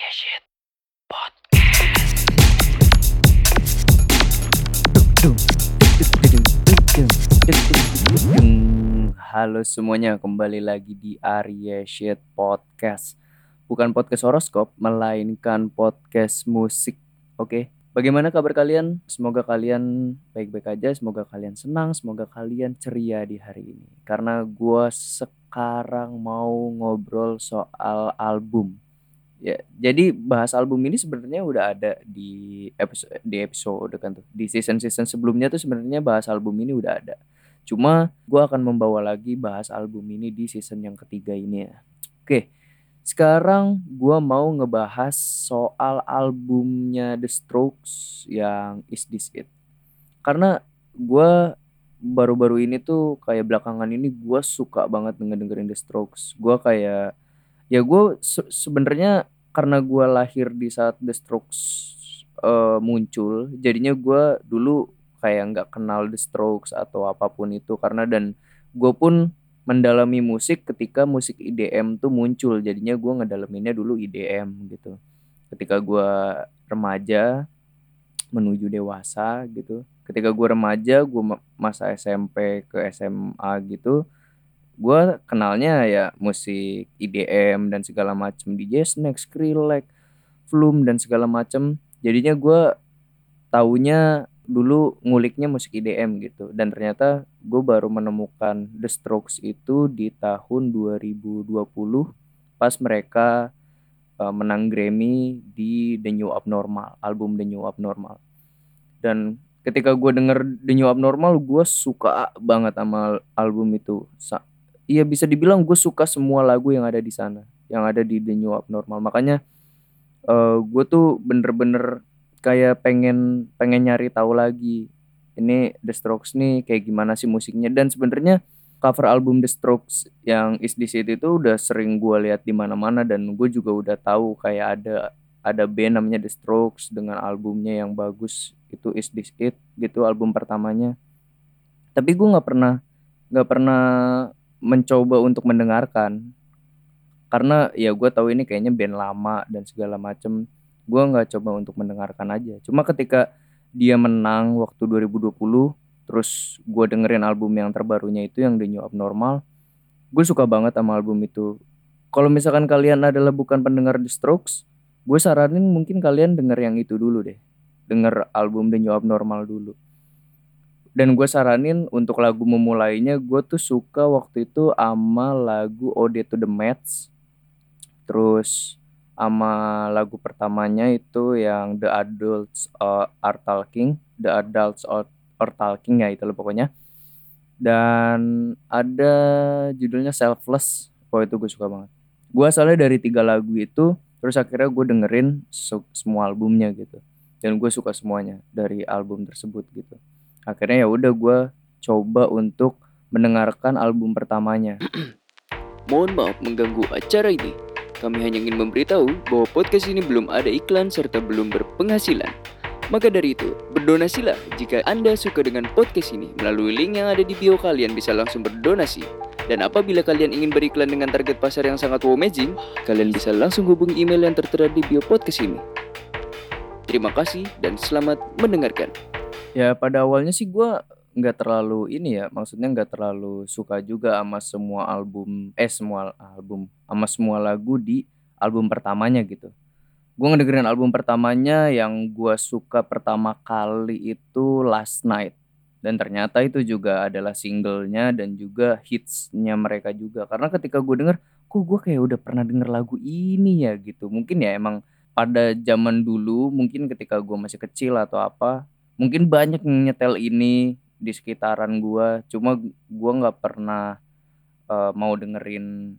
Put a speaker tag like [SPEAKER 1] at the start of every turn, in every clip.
[SPEAKER 1] Shit Podcast. Halo semuanya, kembali lagi di Arya Shit Podcast. Bukan podcast horoskop, melainkan podcast musik. Oke, bagaimana kabar kalian? Semoga kalian baik-baik aja, semoga kalian senang, semoga kalian ceria di hari ini. Karena gue sekarang mau ngobrol soal album. Ya, jadi bahas album ini sebenarnya udah ada di episode kan tuh. Di season-season sebelumnya tuh sebenarnya bahas album ini udah ada. Cuma gue akan membawa lagi bahas album ini di season yang ketiga ini ya. Oke, sekarang gue mau ngebahas soal albumnya The Strokes yang Is This It. Karena gue baru-baru ini tuh kayak belakangan ini gue suka banget dengerin The Strokes. Gue kayak ya gue sebenarnya karena gue lahir di saat The Strokes muncul, jadinya gue dulu kayak nggak kenal The Strokes atau apapun itu karena dan gue pun mendalami musik ketika musik IDM tuh muncul, jadinya gue ngedalaminnya dulu IDM gitu. Ketika gue remaja menuju dewasa gitu, ketika gue remaja gue masa SMP ke SMA gitu, gue kenalnya ya musik IDM dan segala macem, DJ Snake, Skrillex, Flume dan segala macem. Jadinya gue taunya dulu nguliknya musik IDM gitu. Dan ternyata gue baru menemukan The Strokes itu di tahun 2020 pas mereka menang Grammy di The New Abnormal, album The New Abnormal. Dan ketika gue denger The New Abnormal, gue suka banget sama album itu. Iya bisa dibilang gue suka semua lagu yang ada di sana, yang ada di The New Abnormal. Makanya gue tuh bener-bener kayak pengen pengen nyari tahu lagi ini The Strokes nih kayak gimana sih musiknya. Dan sebenarnya cover album The Strokes yang Is This It itu udah sering gue lihat di mana-mana, dan gue juga udah tahu kayak ada band namanya The Strokes dengan albumnya yang bagus itu Is This It gitu, album pertamanya. Tapi gue nggak pernah mencoba untuk mendengarkan karena ya gue tahu ini kayaknya band lama dan segala macem. Gue nggak coba untuk mendengarkan aja. Cuma ketika dia menang waktu 2020, terus gue dengerin album yang terbarunya itu yang The New Abnormal, gue suka banget sama album itu. Kalau misalkan kalian adalah bukan pendengar The Strokes, gue saranin mungkin kalian denger yang itu dulu deh. Denger album The New Abnormal dulu. Dan gue saranin untuk lagu memulainya, gue tuh suka waktu itu sama lagu Ode to the Mets. Terus sama lagu pertamanya itu yang The Adults Are Talking. The Adults Are Talking ya itu loh pokoknya. Dan ada judulnya Selfless. Oh itu gue suka banget. Gue asalnya dari 3 lagu itu, terus akhirnya gue dengerin semua albumnya gitu. Dan gue suka semuanya dari album tersebut gitu. Akhirnya ya udah gue coba untuk mendengarkan album pertamanya.
[SPEAKER 2] Mohon maaf mengganggu acara ini. Kami hanya ingin memberitahu bahwa podcast ini belum ada iklan serta belum berpenghasilan. Maka dari itu, berdonasilah jika Anda suka dengan podcast ini. Melalui link yang ada di bio kalian bisa langsung berdonasi. Dan apabila kalian ingin beriklan dengan target pasar yang sangat amazing, kalian bisa langsung hubungi email yang tertera di bio podcast ini. Terima kasih dan selamat mendengarkan.
[SPEAKER 1] Ya pada awalnya sih gue nggak terlalu ini ya, maksudnya nggak terlalu suka juga sama semua album sama semua lagu di album pertamanya gitu. Gue ngedengerin album pertamanya, yang gue suka pertama kali itu Last Night, dan ternyata itu juga adalah singlenya dan juga hitsnya mereka juga. Karena ketika gue denger, kok gue kayak udah pernah denger lagu ini ya gitu. Mungkin ya emang pada zaman dulu, mungkin ketika gue masih kecil atau apa, mungkin banyak yang nyetel ini di sekitaran gue. Cuma gue nggak pernah mau dengerin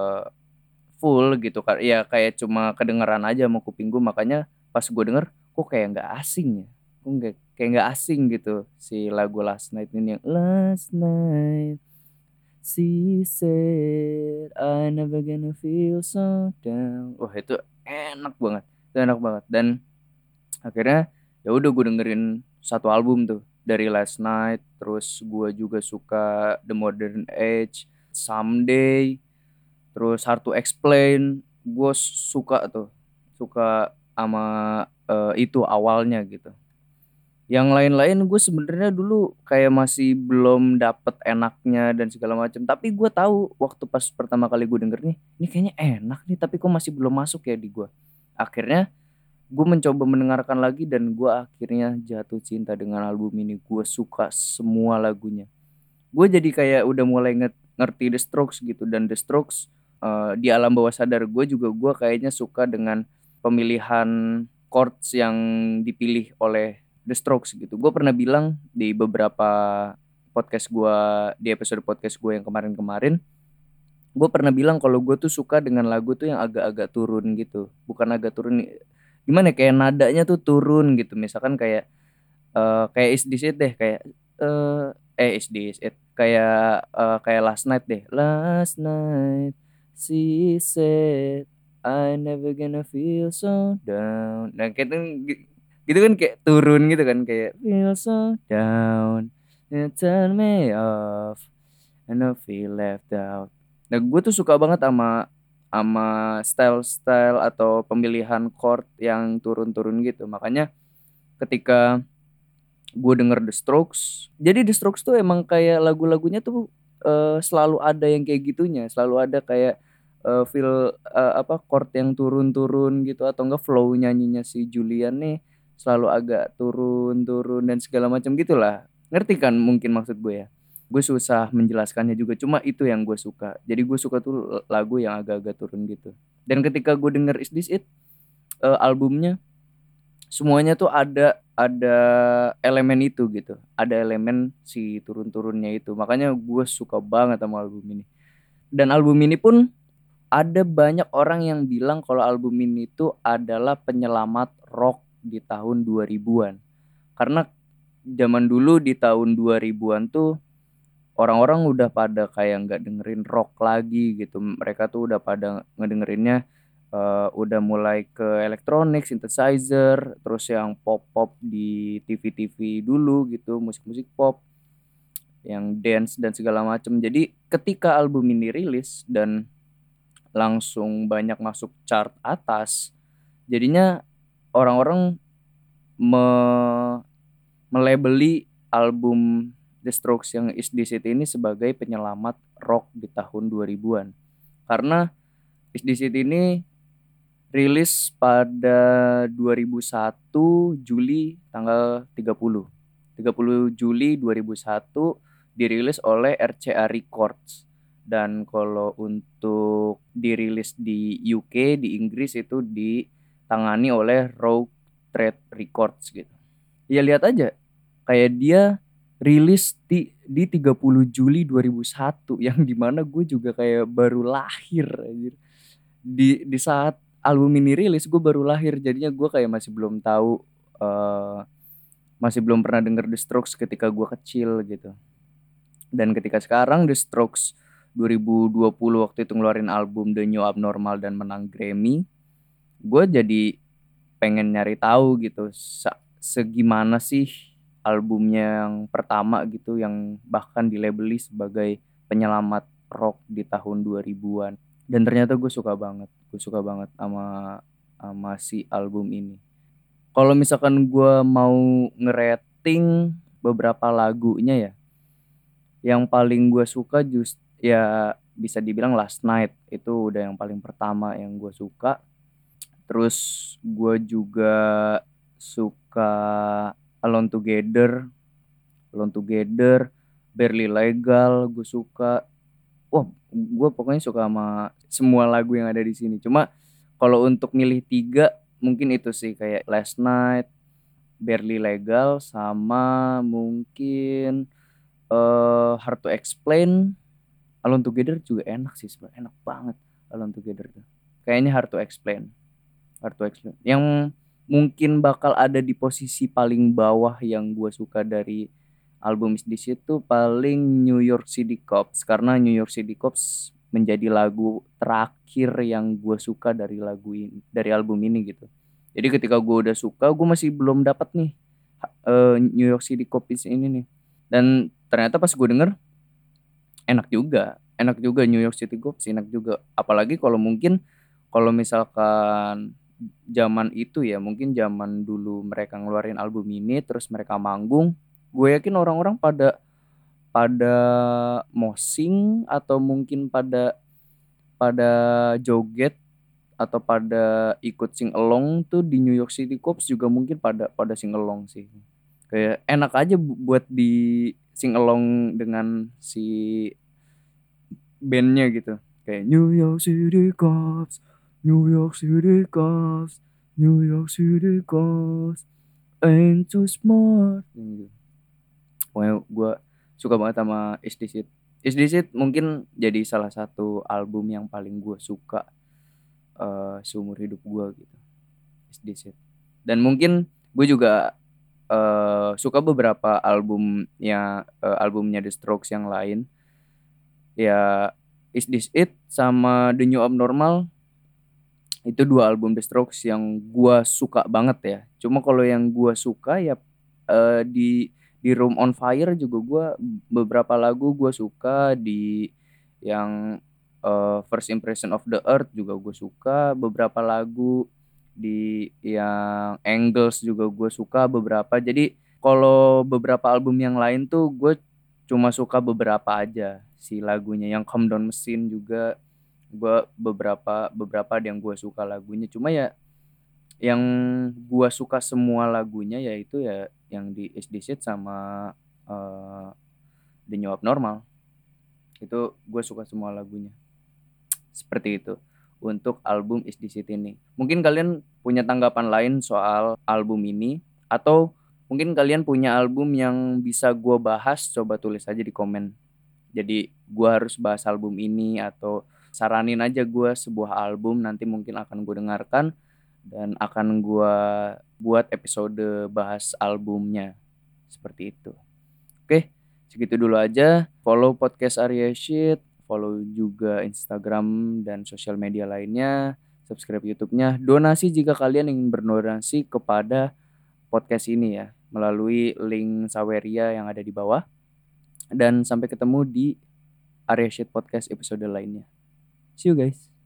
[SPEAKER 1] full gitu kan ya, kayak cuma kedengeran aja sama kuping gue. Makanya pas gue denger, kok kayak nggak asing ya, kok nggak kayak nggak asing gitu si lagu Last Night ini, yang Last Night she said I never gonna feel so down. Wah itu enak banget, itu enak banget. Dan akhirnya ya udah gue dengerin satu album tuh dari Last Night. Terus gue juga suka The Modern Age, Someday, terus Hard to Explain, gue suka tuh suka sama itu awalnya gitu. Yang lain-lain gue sebenarnya dulu kayak masih belum dapet enaknya dan segala macam. Tapi gue tahu waktu pas pertama kali gue denger nih, ini kayaknya enak nih, tapi kok masih belum masuk ya di gue. Akhirnya gue mencoba mendengarkan lagi dan gue akhirnya jatuh cinta dengan album ini. Gue suka semua lagunya. Gue jadi kayak udah mulai ngerti The Strokes gitu, dan The Strokes di alam bawah sadar gue juga, gue kayaknya suka dengan pemilihan chords yang dipilih oleh The Strokes gitu. Gue pernah bilang di beberapa podcast gue, di episode podcast gue yang kemarin-kemarin, gue pernah bilang kalau gue tuh suka dengan lagu tuh yang agak-agak turun gitu. Bukan agak turun, gimana ya, kayak nadanya tuh turun gitu. Misalkan kayak Is This It deh, kayak Is This It, kayak Last Night deh. Last night she said I never gonna feel so down. Nah kayak gitu kan, kayak turun gitu kan, kayak feel so down, you turn me off and I feel left out. Nah gue tuh suka banget sama style-style atau pemilihan chord yang turun-turun gitu. Makanya ketika gue denger The Strokes, jadi The Strokes tuh emang kayak lagu-lagunya tuh selalu ada yang kayak gitunya, selalu ada kayak feel chord yang turun-turun gitu, atau enggak flow nyanyinya si Julian nih selalu agak turun-turun dan segala macam gitulah. Ngerti kan mungkin maksud gue ya? Gue susah menjelaskannya juga, cuma itu yang gue suka. Jadi gue suka tuh lagu yang agak-agak turun gitu. Dan ketika gue denger Is This It, albumnya, semuanya tuh ada elemen itu gitu, ada elemen si turun-turunnya itu. Makanya gue suka banget sama album ini. Dan album ini pun ada banyak orang yang bilang kalau album ini tuh adalah penyelamat rock di tahun 2000-an. Karena zaman dulu di tahun 2000-an tuh orang-orang udah pada kayak nggak dengerin rock lagi gitu. Mereka tuh udah pada ngedengerinnya udah mulai ke elektronik, synthesizer, terus yang pop-pop di TV-TV dulu gitu, musik-musik pop, yang dance dan segala macam. Jadi ketika album ini rilis dan langsung banyak masuk chart atas, jadinya orang-orang me melabeli album The Strokes yang Is This It ini sebagai penyelamat rock di tahun 2000-an. Karena Is This It ini rilis pada 2001 Juli tanggal 30. 30 Juli 2001 dirilis oleh RCA Records. Dan kalau untuk dirilis di UK, di Inggris, itu ditangani oleh Rough Trade Records gitu. Ya lihat aja, kayak dia rilis di 30 Juli 2001 yang dimana gue juga kayak baru lahir anjir. Di saat album ini rilis gue baru lahir, jadinya gue kayak masih belum tahu, masih belum pernah denger The Strokes ketika gue kecil gitu. Dan ketika sekarang The Strokes 2020 waktu itu ngeluarin album The New Abnormal dan menang Grammy, gue jadi pengen nyari tahu gitu segimana sih albumnya yang pertama gitu, yang bahkan dilabeli sebagai penyelamat rock di tahun 2000-an. Dan ternyata gue suka banget sama si album ini. Kalau misalkan gue mau ngerating beberapa lagunya ya, yang paling gue suka ya bisa dibilang Last Night, itu udah yang paling pertama yang gue suka. Terus gue juga suka Alone Together, Barely Legal gue suka. Wah, gue pokoknya suka sama semua lagu yang ada di sini. Cuma kalau untuk milih 3 mungkin itu sih, kayak Last Night, Barely Legal, sama mungkin Hard to Explain. Alone Together juga enak sih sebenarnya, enak banget Alone Together tuh. Kayaknya Hard to Explain yang mungkin bakal ada di posisi paling bawah yang gue suka dari album di situ, paling New York City Cops, karena New York City Cops menjadi lagu terakhir yang gue suka dari lagu ini, dari album ini gitu. Jadi ketika gue udah suka, gue masih belum dapat nih New York City Cops ini nih. Dan ternyata pas gue denger enak juga New York City Cops, enak juga. Apalagi kalau misalkan zaman itu ya, mungkin zaman dulu mereka ngeluarin album ini terus mereka manggung, gue yakin orang-orang pada pada mosing atau mungkin pada pada joget atau pada ikut sing along tuh di New York City Cops juga mungkin pada pada sing along sih. Kayak enak aja buat di sing along dengan si bandnya gitu. Kayak New York City Cops, New York City Cops, New York City Cops, ain't too smart. Gitu. Pokoknya gue suka banget sama Is This It. Is This It mungkin jadi salah satu album yang paling gue suka seumur hidup gue gitu. Is This It. Dan mungkin gue juga suka beberapa albumnya The Strokes yang lain. Ya Is This It sama The New Abnormal itu dua album The Strokes yang gua suka banget ya. Cuma kalau yang gua suka ya di Room on Fire juga gua beberapa lagu gua suka di yang First Impression of the Earth juga gue suka beberapa lagu di yang Angles juga gue suka beberapa. Jadi kalau beberapa album yang lain tuh gue cuma suka beberapa aja si lagunya. Yang Calm Down Machine juga gue beberapa beberapa ada yang gue suka lagunya. Cuma ya yang gue suka semua lagunya yaitu ya yang di SD Shit sama eh, The New Abnormal. Itu gue suka semua lagunya. Seperti itu untuk album Is This It ini. Mungkin kalian punya tanggapan lain soal album ini atau mungkin kalian punya album yang bisa gue bahas, coba tulis aja di komen. Jadi gue harus bahas album ini atau saranin aja gue sebuah album nanti mungkin akan gue dengarkan dan akan gue buat episode bahas albumnya. Seperti itu. Oke, segitu dulu aja. Follow podcast Arya Shit, follow juga Instagram dan sosial media lainnya, subscribe YouTube-nya. Donasi jika kalian ingin berdonasi kepada podcast ini ya, melalui link Saweria yang ada di bawah. Dan sampai ketemu di Arya Shit Podcast episode lainnya. See you guys.